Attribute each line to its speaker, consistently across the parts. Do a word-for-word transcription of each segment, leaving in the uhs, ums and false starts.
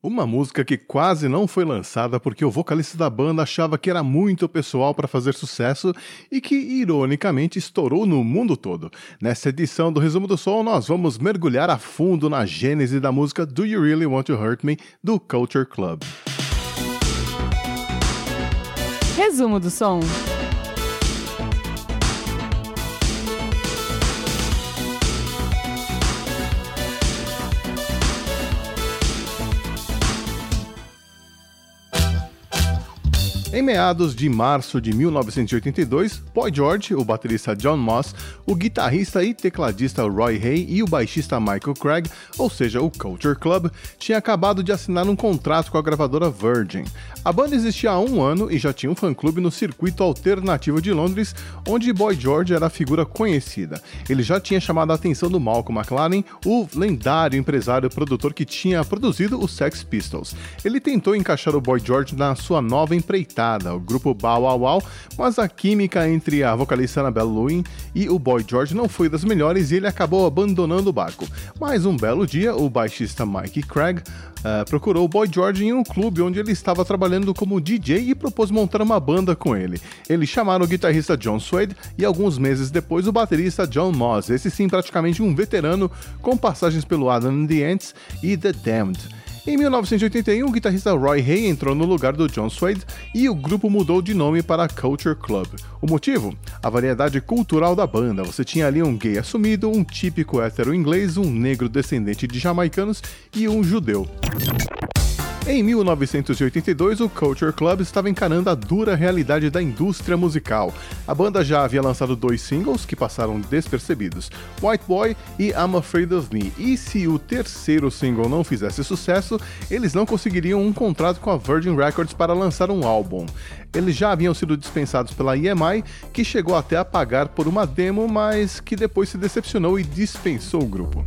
Speaker 1: Uma música que quase não foi lançada porque o vocalista da banda achava que era muito pessoal para fazer sucesso e que, ironicamente, estourou no mundo todo. Nessa edição do Resumo do Som, nós vamos mergulhar a fundo na gênese da música Do You Really Want to Hurt Me, do Culture Club.
Speaker 2: Resumo do Som.
Speaker 1: Em meados de março de mil novecentos e oitenta e dois, Boy George, o baterista John Moss, o guitarrista e tecladista Roy Hay e o baixista Michael Craig, ou seja, o Culture Club, tinham acabado de assinar um contrato com a gravadora Virgin. A banda existia há um ano e já tinha um fã-clube no circuito alternativo de Londres, onde Boy George era a figura conhecida. Ele já tinha chamado a atenção do Malcolm McLaren, o lendário empresário e produtor que tinha produzido os Sex Pistols. Ele tentou encaixar o Boy George na sua nova empreitada, o grupo Bow Wow Wow, mas a química entre a vocalista Annabelle Lewin e o Boy George não foi das melhores e ele acabou abandonando o barco. Mas um belo dia, o baixista Mike Craig uh, procurou o Boy George em um clube onde ele estava trabalhando como D J e propôs montar uma banda com ele. Eles chamaram o guitarrista John Suede e alguns meses depois o baterista John Moss, esse sim praticamente um veterano com passagens pelo Adam and the Ants e The Damned. Em mil novecentos e oitenta e um, o guitarrista Roy Hay entrou no lugar do John Suede e o grupo mudou de nome para Culture Club. O motivo? A variedade cultural da banda. Você tinha ali um gay assumido, um típico hétero inglês, um negro descendente de jamaicanos e um judeu. Em mil novecentos e oitenta e dois, o Culture Club estava encarando a dura realidade da indústria musical. A banda já havia lançado dois singles que passaram despercebidos, White Boy e I'm Afraid of Me, e se o terceiro single não fizesse sucesso, eles não conseguiriam um contrato com a Virgin Records para lançar um álbum. Eles já haviam sido dispensados pela E M I, que chegou até a pagar por uma demo, mas que depois se decepcionou e dispensou o grupo.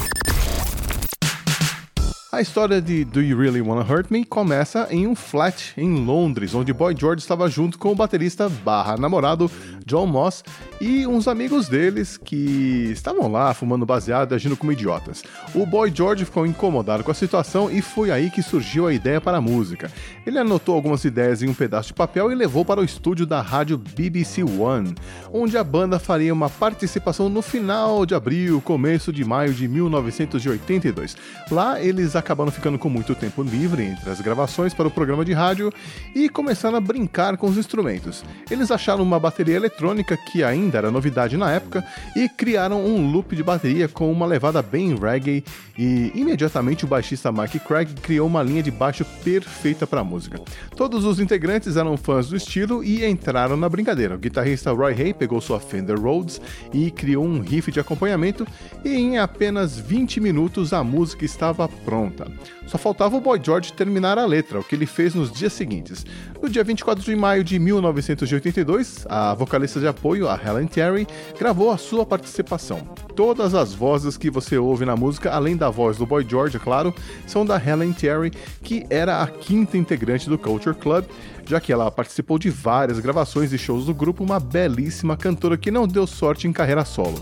Speaker 1: A história de Do You Really Wanna Hurt Me começa em um flat em Londres, onde Boy George estava junto com o baterista barra namorado John Moss e uns amigos deles que estavam lá fumando baseado e agindo como idiotas. O Boy George ficou incomodado com a situação e foi aí que surgiu a ideia para a música. Ele anotou algumas ideias em um pedaço de papel e levou para o estúdio da rádio B B C One, onde a banda faria uma participação no final de abril, começo de maio de mil novecentos e oitenta e dois. Lá eles acabaram ficando com muito tempo livre entre as gravações para o programa de rádio e começaram a brincar com os instrumentos. Eles acharam uma bateria eletrônica que ainda era novidade na época e criaram um loop de bateria com uma levada bem reggae e imediatamente o baixista Mike Craig criou uma linha de baixo perfeita para a música. Todos os integrantes eram fãs do estilo e entraram na brincadeira. O guitarrista Roy Hay pegou sua Fender Rhodes e criou um riff de acompanhamento e em apenas vinte minutos a música estava pronta. Só faltava o Boy George terminar a letra, o que ele fez nos dias seguintes. No dia vinte e quatro de maio de mil novecentos e oitenta e dois, a vocalista de apoio, a Helen Terry, gravou a sua participação. Todas as vozes que você ouve na música, além da voz do Boy George, é claro, são da Helen Terry, que era a quinta integrante do Culture Club, já que ela participou de várias gravações e shows do grupo, uma belíssima cantora que não deu sorte em carreira solo.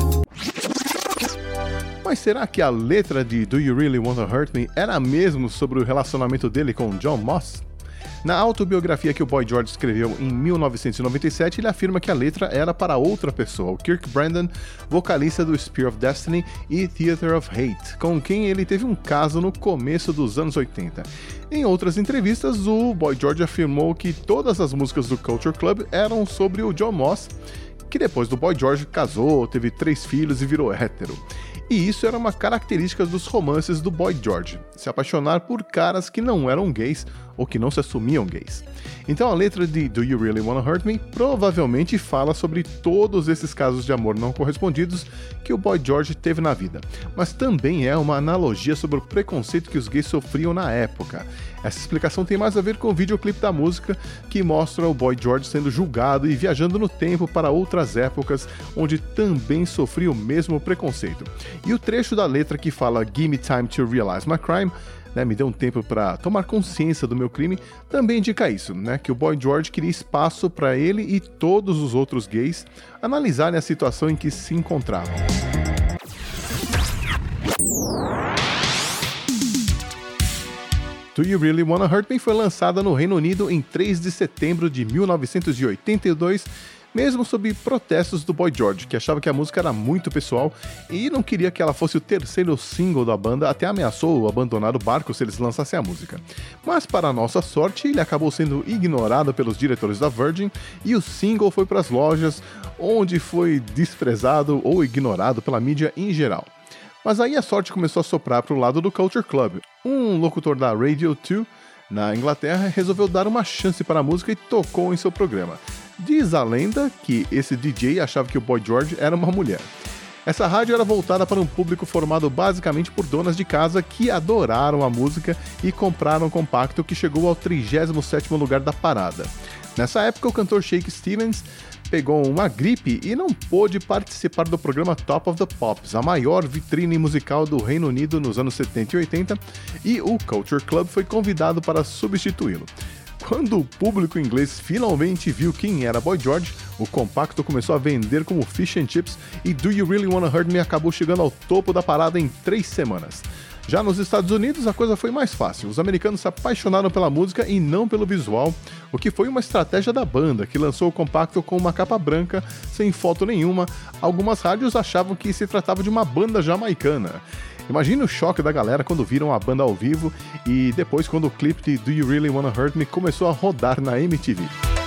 Speaker 1: Mas será que a letra de Do You Really Want to Hurt Me era mesmo sobre o relacionamento dele com John Moss? Na autobiografia que o Boy George escreveu em mil novecentos e noventa e sete, ele afirma que a letra era para outra pessoa, o Kirk Brandon, vocalista do Spear of Destiny e Theater of Hate, com quem ele teve um caso no começo dos anos oitenta. Em outras entrevistas, o Boy George afirmou que todas as músicas do Culture Club eram sobre o John Moss, que depois do Boy George casou, teve três filhos e virou hétero. E isso era uma característica dos romances do Boy George, se apaixonar por caras que não eram gays ou que não se assumiam gays. Então a letra de Do You Really Wanna Hurt Me provavelmente fala sobre todos esses casos de amor não correspondidos que o Boy George teve na vida, mas também é uma analogia sobre o preconceito que os gays sofriam na época. Essa explicação tem mais a ver com o videoclipe da música, que mostra o Boy George sendo julgado e viajando no tempo para outras épocas onde também sofria o mesmo preconceito. E o trecho da letra que fala Give me time to realize my crime, né, me deu um tempo para tomar consciência do meu crime, também indica isso, né, que o Boy George queria espaço para ele e todos os outros gays analisarem a situação em que se encontravam. Do You Really Wanna Hurt Me foi lançada no Reino Unido em três de setembro de mil novecentos e oitenta e dois, mesmo sob protestos do Boy George, que achava que a música era muito pessoal e não queria que ela fosse o terceiro single da banda, até ameaçou abandonar o barco se eles lançassem a música. Mas, para nossa sorte, ele acabou sendo ignorado pelos diretores da Virgin e o single foi para as lojas, onde foi desprezado ou ignorado pela mídia em geral. Mas aí a sorte começou a soprar para o lado do Culture Club. Um locutor da Radio dois, na Inglaterra, resolveu dar uma chance para a música e tocou em seu programa. Diz a lenda que esse D J achava que o Boy George era uma mulher. Essa rádio era voltada para um público formado basicamente por donas de casa que adoraram a música e compraram um compacto que chegou ao trigésimo sétimo lugar da parada. Nessa época, o cantor Shake Stevens pegou uma gripe e não pôde participar do programa Top of the Pops, a maior vitrine musical do Reino Unido nos anos setenta e oitenta, e o Culture Club foi convidado para substituí-lo. Quando o público inglês finalmente viu quem era Boy George, o compacto começou a vender como fish and chips e Do You Really Wanna Hurt Me acabou chegando ao topo da parada em três semanas. Já nos Estados Unidos, a coisa foi mais fácil. Os americanos se apaixonaram pela música e não pelo visual, o que foi uma estratégia da banda, que lançou o compacto com uma capa branca, sem foto nenhuma. Algumas rádios achavam que se tratava de uma banda jamaicana. Imagina o choque da galera quando viram a banda ao vivo e depois quando o clipe de Do You Really Wanna Hurt Me começou a rodar na M T V.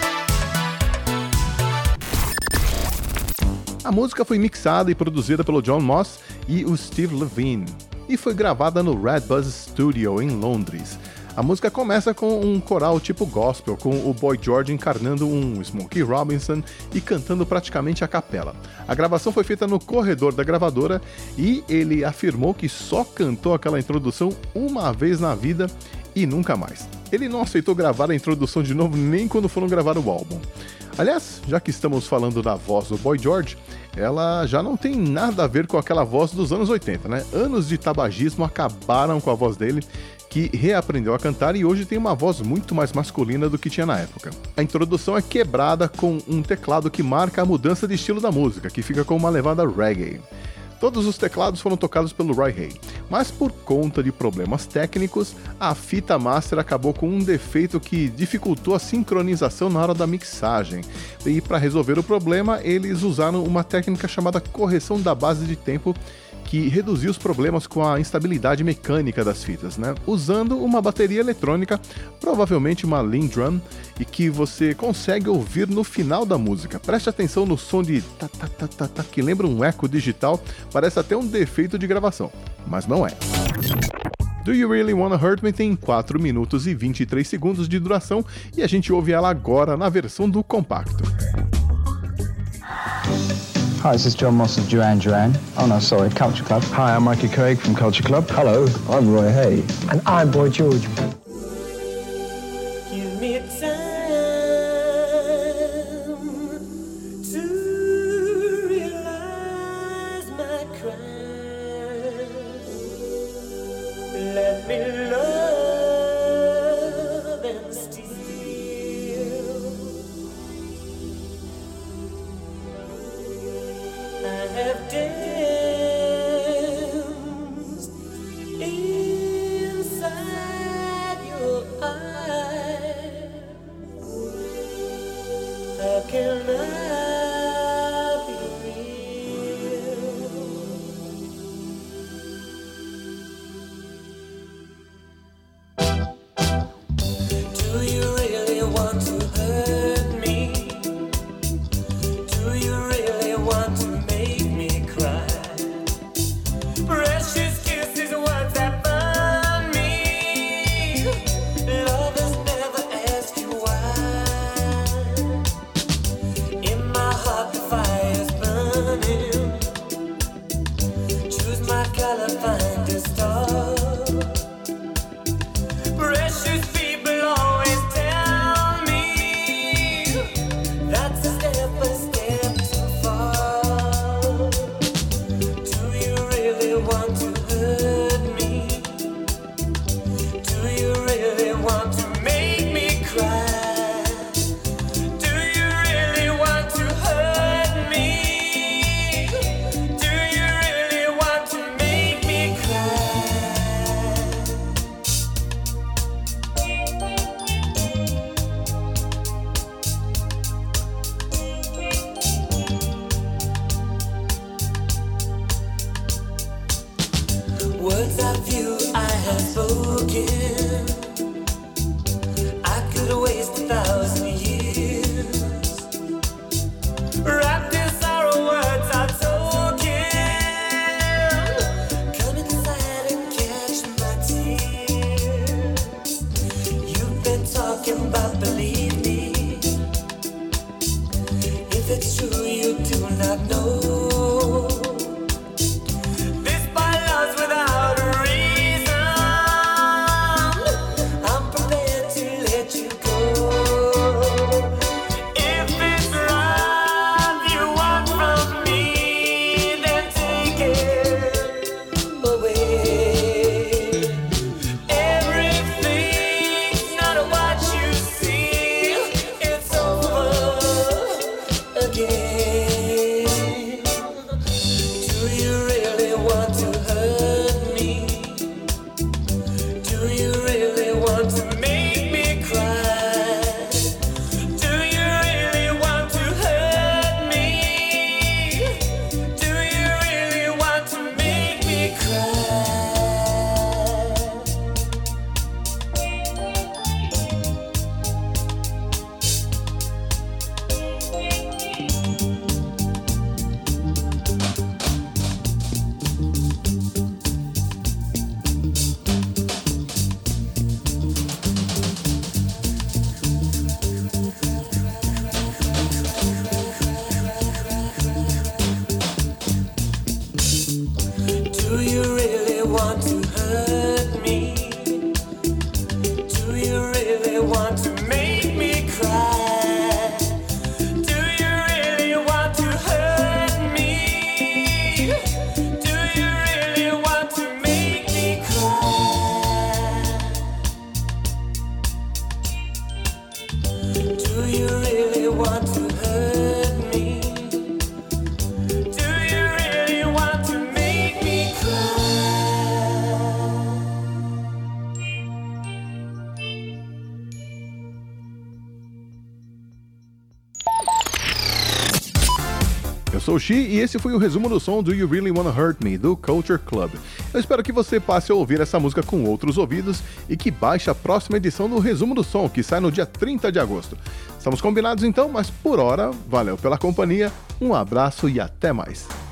Speaker 1: A música foi mixada e produzida pelo John Moss e o Steve Levine e foi gravada no Red Buzz Studio em Londres. A música começa com um coral tipo gospel, com o Boy George encarnando um Smokey Robinson e cantando praticamente a capela. A gravação foi feita no corredor da gravadora e ele afirmou que só cantou aquela introdução uma vez na vida e nunca mais. Ele não aceitou gravar a introdução de novo nem quando foram gravar o álbum. Aliás, já que estamos falando da voz do Boy George, ela já não tem nada a ver com aquela voz dos anos oitenta, né? Anos de tabagismo acabaram com a voz dele, que reaprendeu a cantar e hoje tem uma voz muito mais masculina do que tinha na época. A introdução é quebrada com um teclado que marca a mudança de estilo da música, que fica com uma levada reggae. Todos os teclados foram tocados pelo Roy Hay, mas por conta de problemas técnicos, a fita master acabou com um defeito que dificultou a sincronização na hora da mixagem. E para resolver o problema, eles usaram uma técnica chamada correção da base de tempo, que reduziu os problemas com a instabilidade mecânica das fitas, né? Usando uma bateria eletrônica, provavelmente uma Lean Drum, e que você consegue ouvir no final da música. Preste atenção no som de ta ta ta ta ta, que lembra um eco digital, parece até um defeito de gravação, mas não é. Do You Really Wanna Hurt Me tem quatro minutos e vinte e três segundos de duração e a gente ouve ela agora na versão do compacto.
Speaker 3: Hi, this is John Moss of Duran Duran. Oh no, sorry, Culture Club.
Speaker 4: Hi, I'm Mikey Craig from Culture Club.
Speaker 5: Hello, I'm Roy Hay.
Speaker 6: And I'm Boy George.
Speaker 7: Give me time to realize my crime. Let me love and steal. I have danced inside broken. I could waste a thousand years wrapped in sorrow, words are token. Come inside and catch my tears. You've been talking about, believe me, if it's true you do not know. This by love's without a reason. I'm prepared to let you go. If it's love you want from me, then take it away. Everything's not what you see. It's over again. Do you really want to hurt me? Do you really want to make me cry? Do you really want to hurt me? Do you really want to make me cry? Do you really want to hurt me? Do you really want to make me cry? Do you really want to hurt me? Do you really want to make me cry? Do you really want to hurt me? Do you really want to make me cry?
Speaker 1: Eu sou o Xi e esse foi o resumo do som do You Really Wanna Hurt Me, do Culture Club. Eu espero que você passe a ouvir essa música com outros ouvidos e que baixe a próxima edição do Resumo do Som, que sai no dia trinta de agosto. Estamos combinados então, mas por hora, valeu pela companhia, um abraço e até mais.